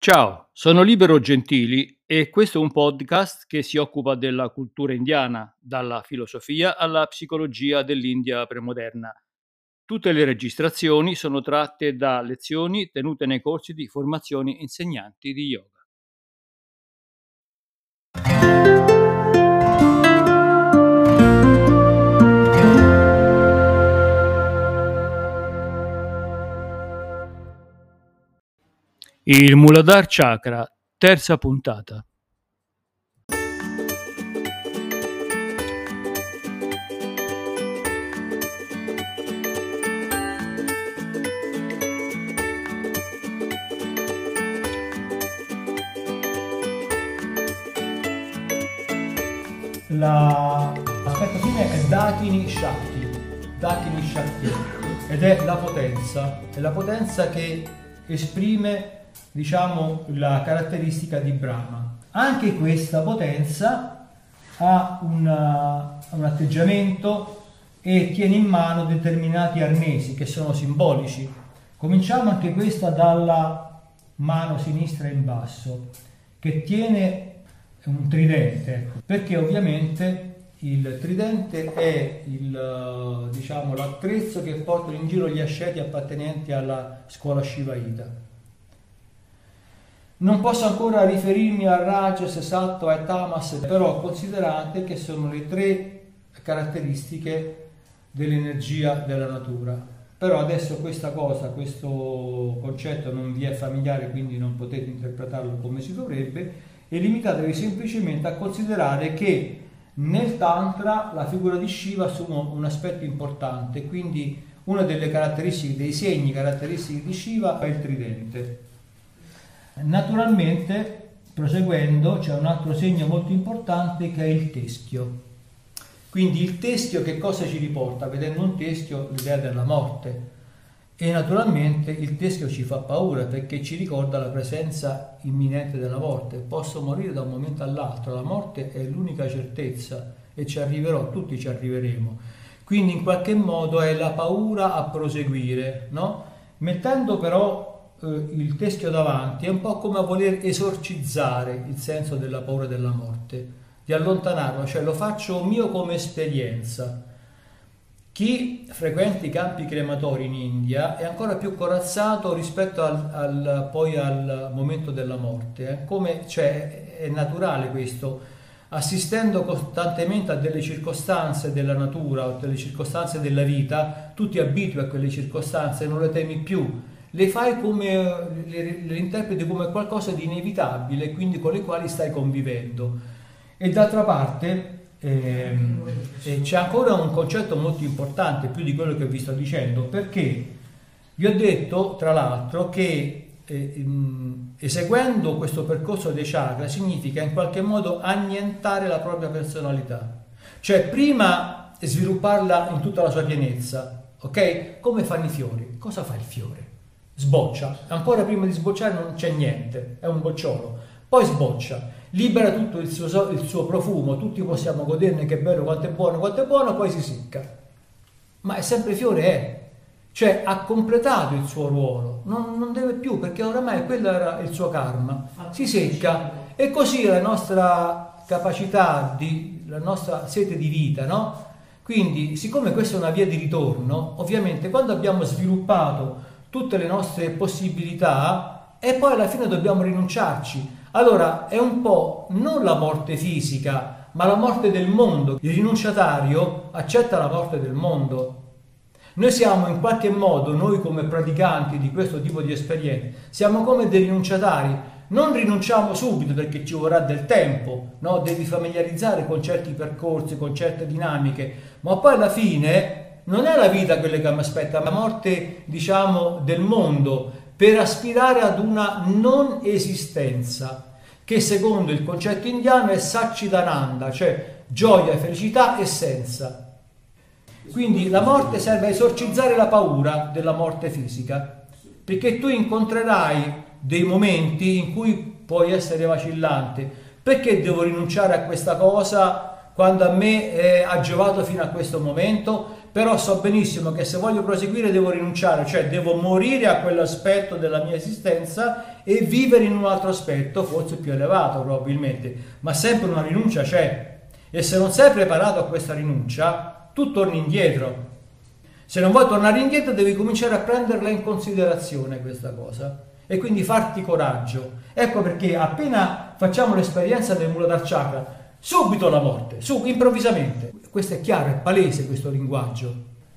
Ciao, sono Libero Gentili e questo è un podcast che si occupa della cultura indiana, dalla filosofia alla psicologia dell'India premoderna. Tutte le registrazioni sono tratte da lezioni tenute nei corsi di formazione insegnanti di yoga. Il Muladhara Chakra, terza puntata. L'aspetto fine è Dakini Shakti, ed è la potenza che esprime, diciamo, la caratteristica di Brahma. Anche questa potenza ha un atteggiamento e tiene in mano determinati arnesi che sono simbolici. Cominciamo anche questa dalla mano sinistra in basso, che tiene un tridente, perché ovviamente il tridente è l'attrezzo che portano in giro gli asceti appartenenti alla scuola Shivaita. Non posso ancora riferirmi a Rajas, Sattva e Tamas, però considerate che sono le tre caratteristiche dell'energia della natura. Però adesso questo concetto non vi è familiare, quindi non potete interpretarlo come si dovrebbe, e limitatevi semplicemente a considerare che nel Tantra la figura di Shiva assume un aspetto importante, quindi una delle caratteristiche, dei segni caratteristici di Shiva è il tridente. Naturalmente, proseguendo, c'è un altro segno molto importante che è il teschio. Quindi il teschio che cosa ci riporta? Vedendo un teschio, l'idea della morte. E naturalmente il teschio ci fa paura perché ci ricorda la presenza imminente della morte. Posso morire da un momento all'altro, la morte è l'unica certezza e ci arriverò, tutti ci arriveremo. Quindi in qualche modo è la paura a proseguire, no? Mettendo però il teschio davanti è un po' come a voler esorcizzare il senso della paura della morte, di allontanarlo, cioè lo faccio mio come esperienza. Chi frequenta i campi crematori in India è ancora più corazzato rispetto al momento della morte. È naturale questo. Assistendo costantemente a delle circostanze della natura o delle circostanze della vita, tu ti abitui a quelle circostanze e non le temi più. Le fai come, le interpreti come qualcosa di inevitabile, quindi con le quali stai convivendo. E d'altra parte c'è ancora un concetto molto importante, più di quello che vi sto dicendo, perché vi ho detto tra l'altro che eseguendo questo percorso dei chakra significa in qualche modo annientare la propria personalità, cioè prima svilupparla in tutta la sua pienezza, ok? Come fanno i fiori. Cosa fa il fiore? Sboccia, ancora prima di sbocciare non c'è niente, è un bocciolo, poi sboccia, libera tutto il suo profumo, tutti possiamo goderne, che bello, quanto è buono, poi si secca. Ma è sempre fiore, cioè ha completato il suo ruolo, non deve più, perché oramai quello era il suo karma, si secca, e così la nostra capacità, la nostra sete di vita, no? Quindi, siccome questa è una via di ritorno, ovviamente quando abbiamo sviluppato tutte le nostre possibilità, e poi alla fine dobbiamo rinunciarci. Allora è un po' non la morte fisica, ma la morte del mondo. Il rinunciatario accetta la morte del mondo. Noi siamo in qualche modo, noi come praticanti di questo tipo di esperienze, siamo come dei rinunciatari. Non rinunciamo subito perché ci vorrà del tempo, no? Devi familiarizzare con certi percorsi, con certe dinamiche, ma poi alla fine non è la vita quella che mi aspetta, ma la morte, diciamo, del mondo, per aspirare ad una non esistenza, che secondo il concetto indiano è Satchidananda, cioè gioia, felicità, essenza. Quindi la morte serve a esorcizzare la paura della morte fisica, perché tu incontrerai dei momenti in cui puoi essere vacillante. Perché devo rinunciare a questa cosa quando a me ha giovato fino a questo momento? però so benissimo che se voglio proseguire devo rinunciare, cioè devo morire a quell'aspetto della mia esistenza e vivere in un altro aspetto, forse più elevato probabilmente, ma sempre una rinuncia c'è, e se non sei preparato a questa rinuncia, tu torni indietro. Se non vuoi tornare indietro devi cominciare a prenderla in considerazione questa cosa e quindi farti coraggio. Ecco perché appena facciamo l'esperienza del Muladhara Chakra, subito la morte, improvvisamente. Questo è chiaro, è palese questo linguaggio.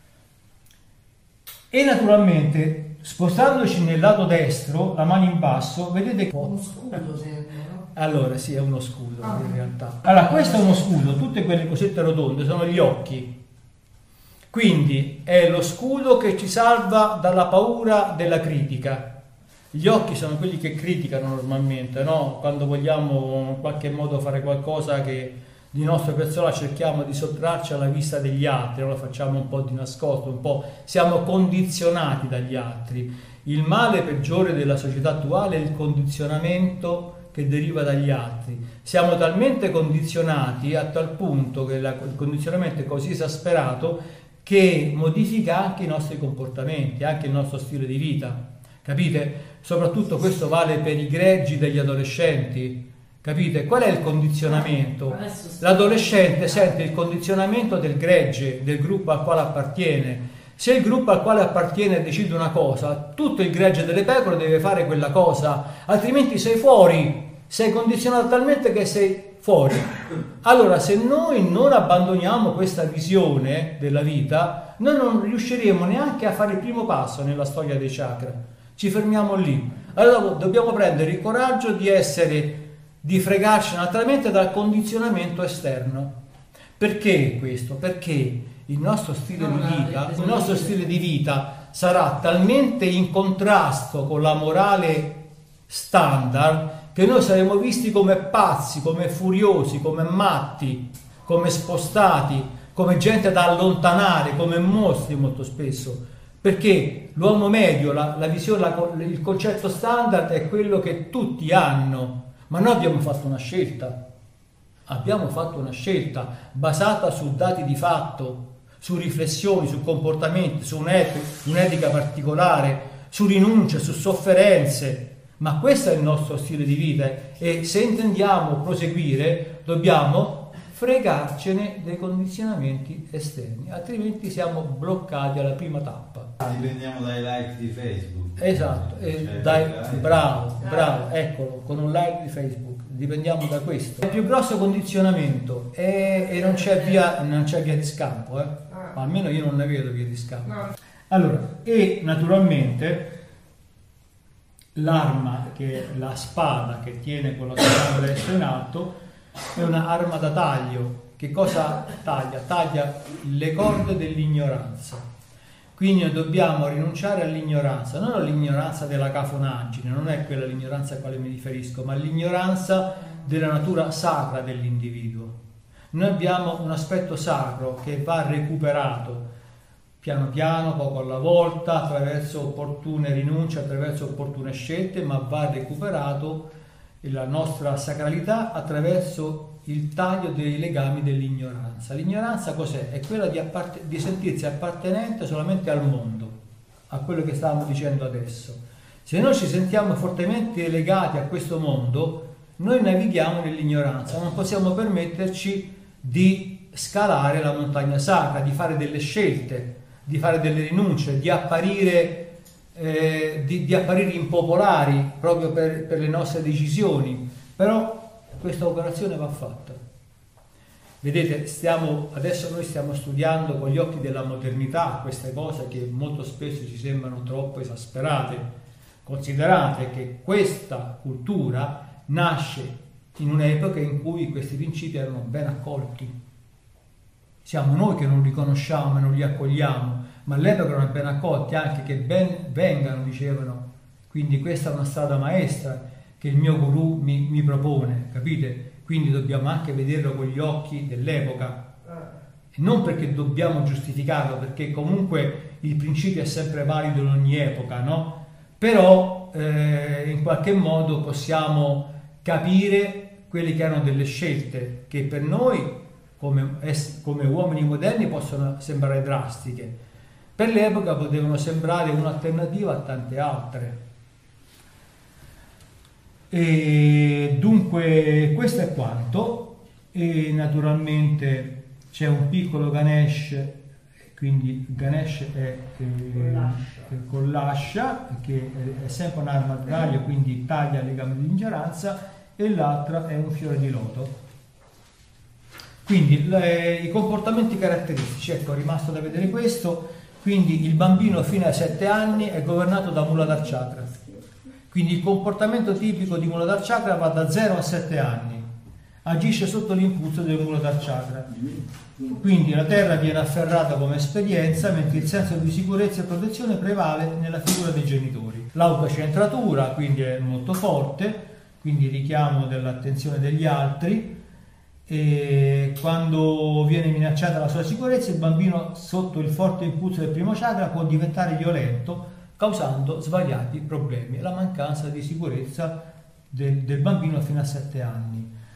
E naturalmente, spostandoci nel lato destro, la mano in basso, vedete che... Uno scudo sembra, no? Allora, sì, è uno scudo in realtà. Allora, questo è uno scudo, tutte quelle cosette rotonde sono gli occhi. Quindi è lo scudo che ci salva dalla paura della critica. Gli occhi sono quelli che criticano normalmente, no? Quando vogliamo in qualche modo fare qualcosa che di nostro personale cerchiamo di sottrarci alla vista degli altri, lo facciamo un po' di nascosto, un po' siamo condizionati dagli altri. Il male peggiore della società attuale è il condizionamento che deriva dagli altri. Siamo talmente condizionati a tal punto che il condizionamento è così esasperato che modifica anche i nostri comportamenti, anche il nostro stile di vita, capite? Soprattutto questo vale per i greggi degli adolescenti, capite? Qual è il condizionamento? L'adolescente sente il condizionamento del gregge, del gruppo al quale appartiene. Se il gruppo al quale appartiene decide una cosa, tutto il gregge delle pecore deve fare quella cosa, altrimenti sei fuori, sei condizionato talmente che sei fuori. Allora, se noi non abbandoniamo questa visione della vita, noi non riusciremo neanche a fare il primo passo nella storia dei chakra. Ci fermiamo lì. Allora dobbiamo prendere il coraggio di fregarci naturalmente dal condizionamento esterno. Perché questo? Perché il nostro stile di vita sarà talmente in contrasto con la morale standard che noi saremo visti come pazzi, come furiosi, come matti, come spostati, come gente da allontanare, come mostri molto spesso, perché l'uomo medio, la visione, il concetto standard è quello che tutti hanno, ma noi abbiamo fatto una scelta basata su dati di fatto, su riflessioni, su comportamenti, su un'etica particolare, su rinunce, su sofferenze. Ma questo è il nostro stile di vita e se intendiamo proseguire dobbiamo fregarcene dei condizionamenti esterni, altrimenti siamo bloccati alla prima tappa. Dipendiamo dai like di Facebook. Esatto, bravo, eccolo, con un like di Facebook, dipendiamo da questo. Il più grosso condizionamento e non c'è via di scampo, almeno io non ne vedo via di scampo. Allora, e naturalmente l'arma, che è la spada che tiene con la sua mano destra in alto, è un'arma da taglio. Che cosa taglia? Taglia le corde dell'ignoranza. Quindi noi dobbiamo rinunciare all'ignoranza, non all'ignoranza della cafonaggine, non è quella l'ignoranza a quale mi riferisco, ma all'ignoranza della natura sacra dell'individuo. Noi abbiamo un aspetto sacro che va recuperato piano piano, poco alla volta, attraverso opportune rinunce, attraverso opportune scelte, ma va recuperato la nostra sacralità attraverso il taglio dei legami dell'ignoranza. L'ignoranza cos'è? È quella di sentirsi appartenente solamente al mondo, a quello che stavamo dicendo adesso. Se noi ci sentiamo fortemente legati a questo mondo, noi navighiamo nell'ignoranza, non possiamo permetterci di scalare la montagna sacra, di fare delle scelte, di fare delle rinunce, di apparire impopolari proprio per le nostre decisioni. Però questa operazione va fatta. Vedete, adesso noi stiamo studiando con gli occhi della modernità queste cose che molto spesso ci sembrano troppo esasperate. Considerate che questa cultura nasce in un'epoca in cui questi principi erano ben accolti. Siamo noi che non li conosciamo e non li accogliamo, ma all'epoca erano ben accolti, anche che ben vengano, dicevano. Quindi questa è una strada maestra che il mio guru mi propone, capite? Quindi dobbiamo anche vederlo con gli occhi dell'epoca. E non perché dobbiamo giustificarlo, perché comunque il principio è sempre valido in ogni epoca, no? Però in qualche modo possiamo capire quelle che erano delle scelte che per noi come uomini moderni possono sembrare drastiche, per l'epoca potevano sembrare un'alternativa a tante altre. E dunque questo è quanto, e naturalmente c'è un piccolo Ganesh, quindi Ganesh è con l'ascia, che è sempre un'arma a taglio, quindi taglia le gambe di ignoranza, e l'altra è un fiore di loto. Quindi i comportamenti caratteristici, ecco, è rimasto da vedere questo. Quindi il bambino fino ai 7 anni è governato da Muladhara Chakra. Quindi il comportamento tipico di Muladhara Chakra va da 0 a 7 anni, agisce sotto l'impulso del Muladhara Chakra. Quindi la terra viene afferrata come esperienza, mentre il senso di sicurezza e protezione prevale nella figura dei genitori. L'autocentratura quindi è molto forte, quindi richiamo dell'attenzione degli altri, e quando viene minacciata la sua sicurezza il bambino sotto il forte impulso del primo chakra può diventare violento, causando svariati problemi, la mancanza di sicurezza del bambino fino a 7 anni.